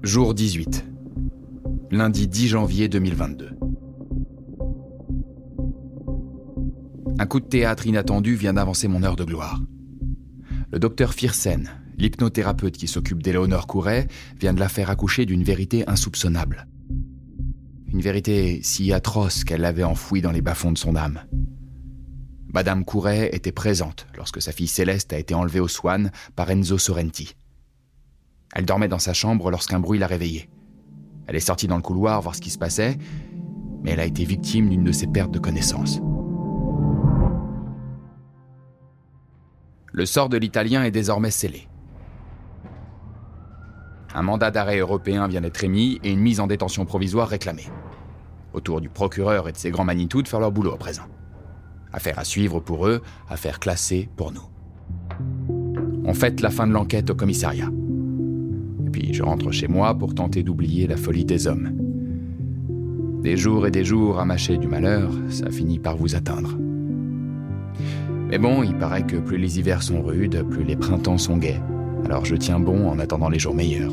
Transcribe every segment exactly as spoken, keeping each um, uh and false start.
Jour dix-huit. Lundi dix janvier deux mille vingt-deux. Un coup de théâtre inattendu vient d'avancer mon heure de gloire. Le docteur Firsen, l'hypnothérapeute qui s'occupe d'Éléonore Couret, vient de la faire accoucher d'une vérité insoupçonnable. Une vérité si atroce qu'elle l'avait enfouie dans les bas-fonds de son âme. Madame Couret était présente lorsque sa fille Céleste a été enlevée au Swan par Enzo Sorrenti. Elle dormait dans sa chambre lorsqu'un bruit l'a réveillée. Elle est sortie dans le couloir voir ce qui se passait, mais elle a été victime d'une de ces pertes de connaissance. Le sort de l'Italien est désormais scellé. Un mandat d'arrêt européen vient d'être émis et une mise en détention provisoire réclamée. Au tour du procureur et de ses grands Manitou de faire leur boulot à présent. Affaire à suivre pour eux, affaire classée pour nous. On fête la fin de l'enquête au commissariat. Et puis je rentre chez moi pour tenter d'oublier la folie des hommes. Des jours et des jours à mâcher du malheur, ça finit par vous atteindre. Mais bon, il paraît que plus les hivers sont rudes, plus les printemps sont gais. Alors je tiens bon en attendant les jours meilleurs.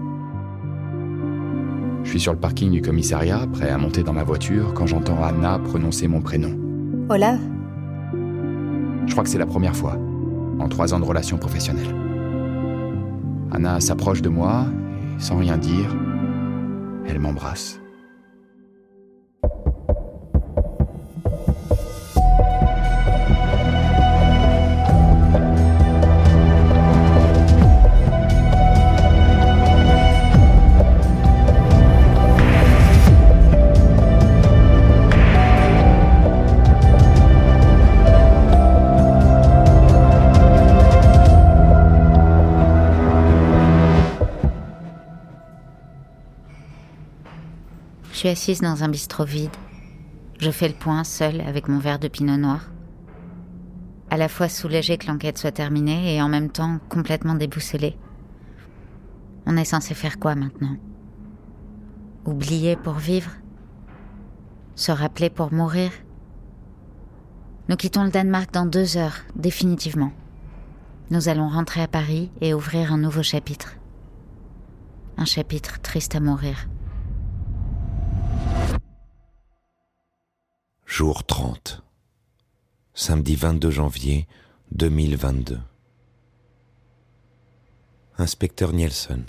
Je suis sur le parking du commissariat, prêt à monter dans ma voiture, quand j'entends Anna prononcer mon prénom. Hola. Je crois que c'est la première fois, en trois ans de relation professionnelle. Anna s'approche de moi, et sans rien dire, elle m'embrasse. Je suis assise dans un bistrot vide. Je fais le point seule avec mon verre de pinot noir. À la fois soulagée que l'enquête soit terminée et en même temps complètement déboussolée. On est censé faire quoi maintenant ? Oublier pour vivre ? Se rappeler pour mourir ? Nous quittons le Danemark dans deux heures, définitivement. Nous allons rentrer à Paris et ouvrir un nouveau chapitre. Un chapitre triste à mourir. Jour trente. Samedi vingt-deux janvier deux mille vingt-deux. Inspecteur Nielsen.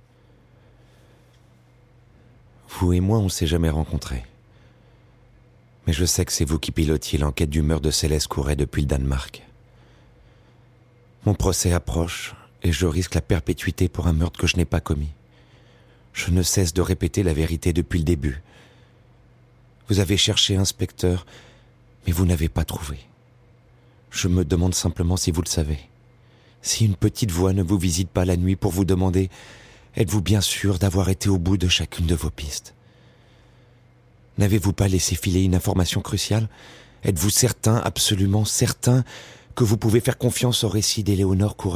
Vous et moi, on ne s'est jamais rencontrés. Mais je sais que c'est vous qui pilotiez l'enquête du meurtre de Céleste Couret depuis le Danemark. Mon procès approche et je risque la perpétuité pour un meurtre que je n'ai pas commis. Je ne cesse de répéter la vérité depuis le début. Vous avez cherché, inspecteur, mais vous n'avez pas trouvé. Je me demande simplement si vous le savez. Si une petite voix ne vous visite pas la nuit pour vous demander « Êtes-vous bien sûr d'avoir été au bout de chacune de vos pistes ?» N'avez-vous pas laissé filer une information cruciale ? Êtes-vous certain, absolument certain, que vous pouvez faire confiance au récit d'Éléonore Couret ?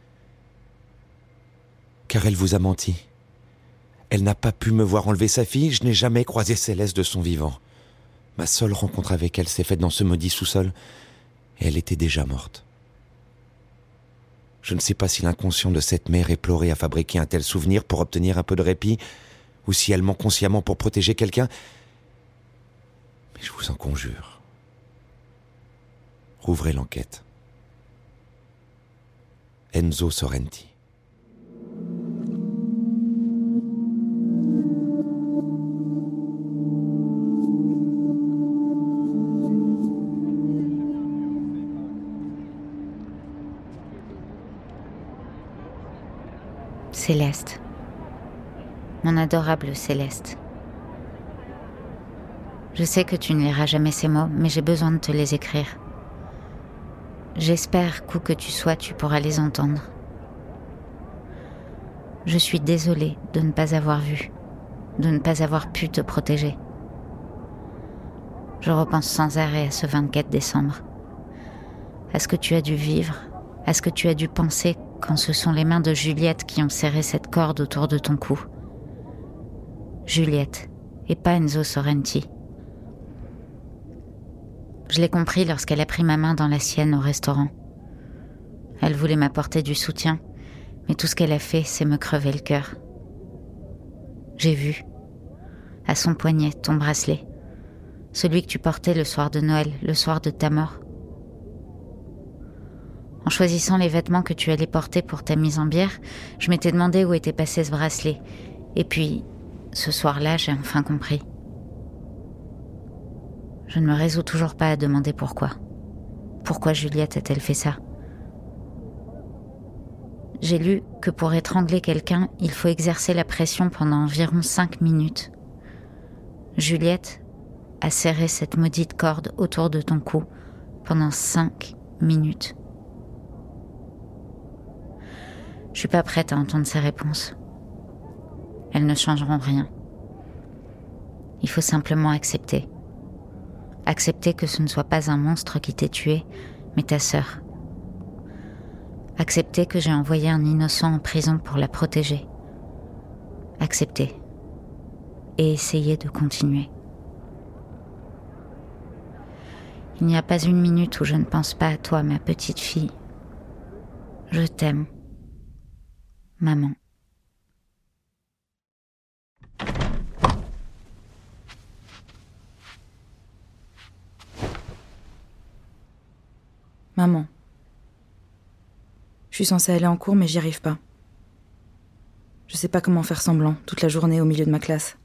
Car elle vous a menti. Elle n'a pas pu me voir enlever sa fille, je n'ai jamais croisé Céleste de son vivant. Ma seule rencontre avec elle s'est faite dans ce maudit sous-sol, et elle était déjà morte. Je ne sais pas si l'inconscient de cette mère éplorée a fabriqué un tel souvenir pour obtenir un peu de répit, ou si elle ment consciemment pour protéger quelqu'un. Mais je vous en conjure. Rouvrez l'enquête. Enzo Sorrenti. Céleste. Mon adorable Céleste. Je sais que tu ne liras jamais ces mots, mais j'ai besoin de te les écrire. J'espère qu'où que tu sois, tu pourras les entendre. Je suis désolée de ne pas avoir vu, de ne pas avoir pu te protéger. Je repense sans arrêt à ce vingt-quatre décembre, à ce que tu as dû vivre, à ce que tu as dû penser quand ce sont les mains de Juliette qui ont serré cette corde autour de ton cou. Juliette, et pas Enzo Sorrenti. Je l'ai compris lorsqu'elle a pris ma main dans la sienne au restaurant. Elle voulait m'apporter du soutien, mais tout ce qu'elle a fait, c'est me crever le cœur. J'ai vu. À son poignet, ton bracelet. Celui que tu portais le soir de Noël, le soir de ta mort. En choisissant les vêtements que tu allais porter pour ta mise en bière, je m'étais demandé où était passé ce bracelet. Et puis, ce soir-là, j'ai enfin compris. Je ne me résous toujours pas à demander pourquoi. Pourquoi Juliette a-t-elle fait ça ? J'ai lu que pour étrangler quelqu'un, il faut exercer la pression pendant environ cinq minutes. Juliette a serré cette maudite corde autour de ton cou pendant cinq minutes. Je suis pas prête à entendre ces réponses. Elles ne changeront rien. Il faut simplement accepter. Accepter que ce ne soit pas un monstre qui t'ait tué, mais ta sœur. Accepter que j'ai envoyé un innocent en prison pour la protéger. Accepter. Et essayer de continuer. Il n'y a pas une minute où je ne pense pas à toi, ma petite fille. Je t'aime. Maman. Maman. Je suis censée aller en cours, mais j'y arrive pas. Je sais pas comment faire semblant, toute la journée au milieu de ma classe.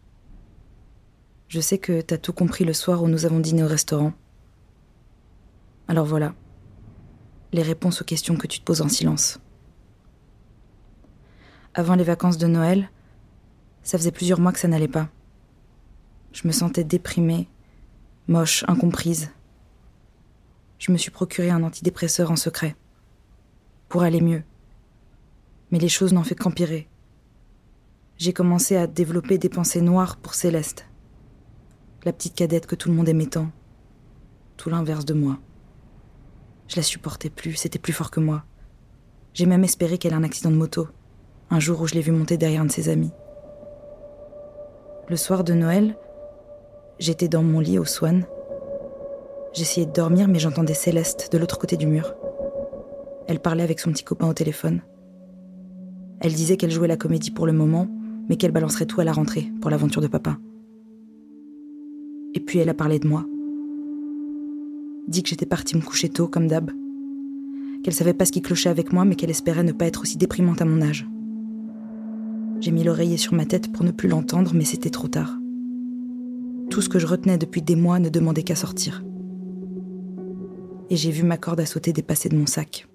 Je sais que t'as tout compris le soir où nous avons dîné au restaurant. Alors voilà. Les réponses aux questions que tu te poses en silence. Avant les vacances de Noël, ça faisait plusieurs mois que ça n'allait pas. Je me sentais déprimée, moche, incomprise. Je me suis procuré un antidépresseur en secret. Pour aller mieux. Mais les choses n'ont fait qu'empirer. J'ai commencé à développer des pensées noires pour Céleste. La petite cadette que tout le monde aimait tant. Tout l'inverse de moi. Je la supportais plus, c'était plus fort que moi. J'ai même espéré qu'elle ait un accident de moto, un jour où je l'ai vue monter derrière un de ses amis. Le soir de Noël, j'étais dans mon lit au Swan. J'essayais de dormir, mais j'entendais Céleste de l'autre côté du mur. Elle parlait avec son petit copain au téléphone. Elle disait qu'elle jouait la comédie pour le moment, mais qu'elle balancerait tout à la rentrée pour l'aventure de papa. Et puis elle a parlé de moi. Dit que j'étais partie me coucher tôt, comme d'hab. Qu'elle savait pas ce qui clochait avec moi, mais qu'elle espérait ne pas être aussi déprimante à mon âge. J'ai mis l'oreiller sur ma tête pour ne plus l'entendre, mais c'était trop tard. Tout ce que je retenais depuis des mois ne demandait qu'à sortir. Et j'ai vu ma corde à sauter dépasser de mon sac.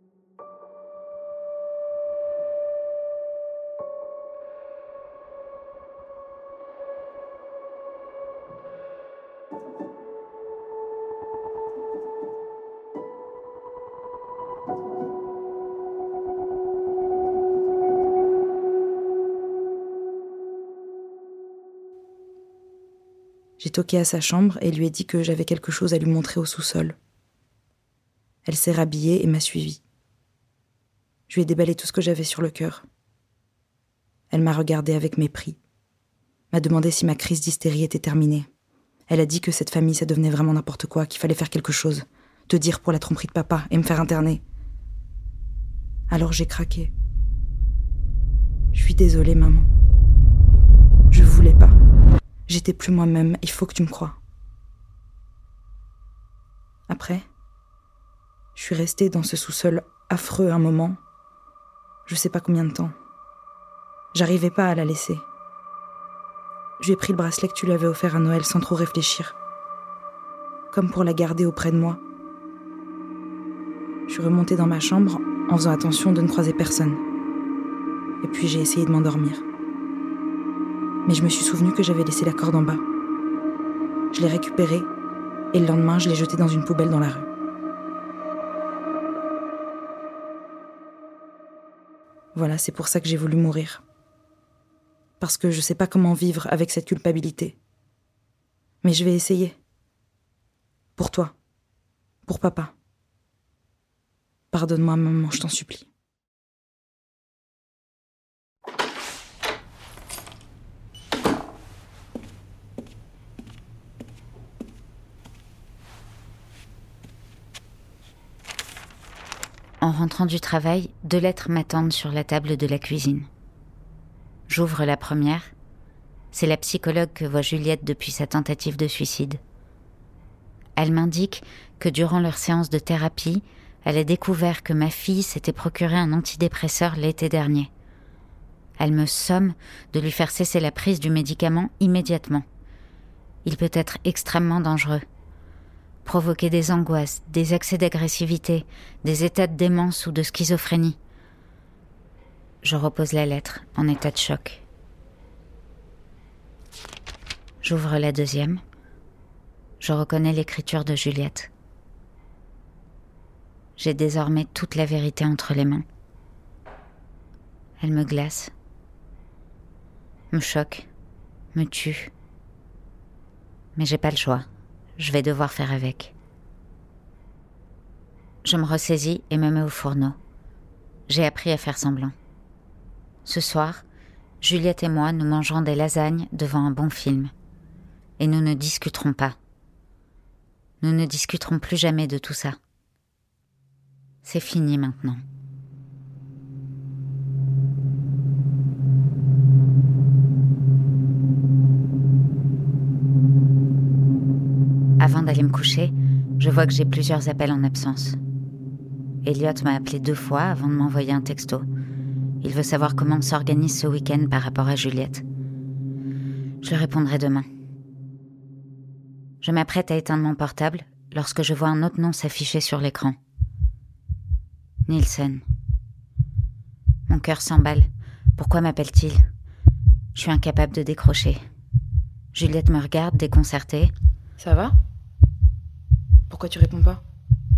J'ai toqué à sa chambre et lui ai dit que j'avais quelque chose à lui montrer au sous-sol. Elle s'est rhabillée et m'a suivie. Je lui ai déballé tout ce que j'avais sur le cœur. Elle m'a regardée avec mépris, m'a demandé si ma crise d'hystérie était terminée. Elle a dit que cette famille, ça devenait vraiment n'importe quoi, qu'il fallait faire quelque chose, te dire pour la tromperie de papa et me faire interner. Alors j'ai craqué. Je suis désolée, maman. Je voulais pas. J'étais plus moi-même, il faut que tu me crois. Après, je suis restée dans ce sous-sol affreux un moment. Je sais pas combien de temps. J'arrivais pas à la laisser. Je lui ai pris le bracelet que tu lui avais offert à Noël sans trop réfléchir. Comme pour la garder auprès de moi. Je suis remontée dans ma chambre en faisant attention de ne croiser personne. Et puis j'ai essayé de m'endormir. Mais je me suis souvenu que j'avais laissé la corde en bas. Je l'ai récupérée et le lendemain, je l'ai jetée dans une poubelle dans la rue. Voilà, c'est pour ça que j'ai voulu mourir. Parce que je sais pas comment vivre avec cette culpabilité. Mais je vais essayer. Pour toi. Pour papa. Pardonne-moi, maman, je t'en supplie. En rentrant du travail, deux lettres m'attendent sur la table de la cuisine. J'ouvre la première. C'est la psychologue que voit Juliette depuis sa tentative de suicide. Elle m'indique que durant leur séance de thérapie, elle a découvert que ma fille s'était procuré un antidépresseur l'été dernier. Elle me somme de lui faire cesser la prise du médicament immédiatement. Il peut être extrêmement dangereux. Provoquer des angoisses, des accès d'agressivité, des états de démence ou de schizophrénie. Je repose la lettre, en état de choc. J'ouvre la deuxième. Je reconnais l'écriture de Juliette. J'ai désormais toute la vérité entre les mains. Elle me glace, me choque, me tue. Mais j'ai pas le choix. Je vais devoir faire avec. Je me ressaisis et me mets au fourneau. J'ai appris à faire semblant. Ce soir, Juliette et moi, nous mangerons des lasagnes devant un bon film. Et nous ne discuterons pas. Nous ne discuterons plus jamais de tout ça. C'est fini maintenant. Avant d'aller me coucher, je vois que j'ai plusieurs appels en absence. Elliot m'a appelé deux fois avant de m'envoyer un texto. Il veut savoir comment on s'organise ce week-end par rapport à Juliette. Je lui répondrai demain. Je m'apprête à éteindre mon portable lorsque je vois un autre nom s'afficher sur l'écran. Nielsen. Mon cœur s'emballe. Pourquoi m'appelle-t-il ? Je suis incapable de décrocher. Juliette me regarde, déconcertée. Ça va ? Pourquoi tu réponds pas ?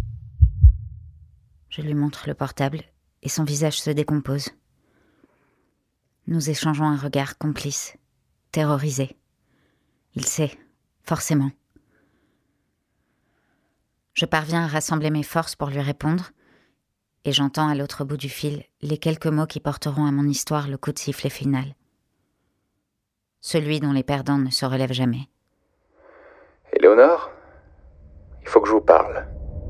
Je lui montre le portable et son visage se décompose. Nous échangeons un regard complice, terrorisé. Il sait, forcément. Je parviens à rassembler mes forces pour lui répondre et j'entends à l'autre bout du fil les quelques mots qui porteront à mon histoire le coup de sifflet final. Celui dont les perdants ne se relèvent jamais. Éléonore, il faut que je vous parle.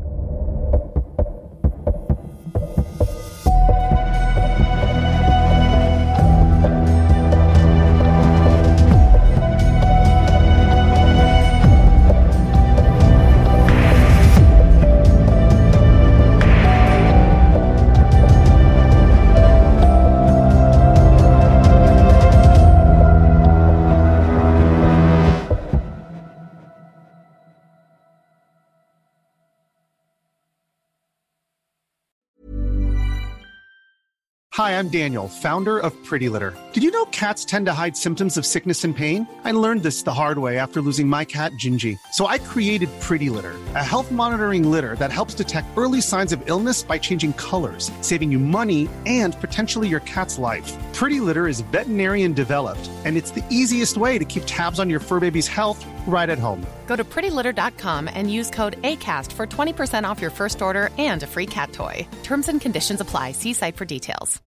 Hi, I'm Daniel, founder of Pretty Litter. Did you know cats tend to hide symptoms of sickness and pain? I learned this the hard way after losing my cat, Gingy. So I created Pretty Litter, a health monitoring litter that helps detect early signs of illness by changing colors, saving you money and potentially your cat's life. Pretty Litter is veterinarian developed, and it's the easiest way to keep tabs on your fur baby's health right at home. Go to pretty litter dot com and use code ACAST for twenty percent off your first order and a free cat toy. Terms and conditions apply. See site for details.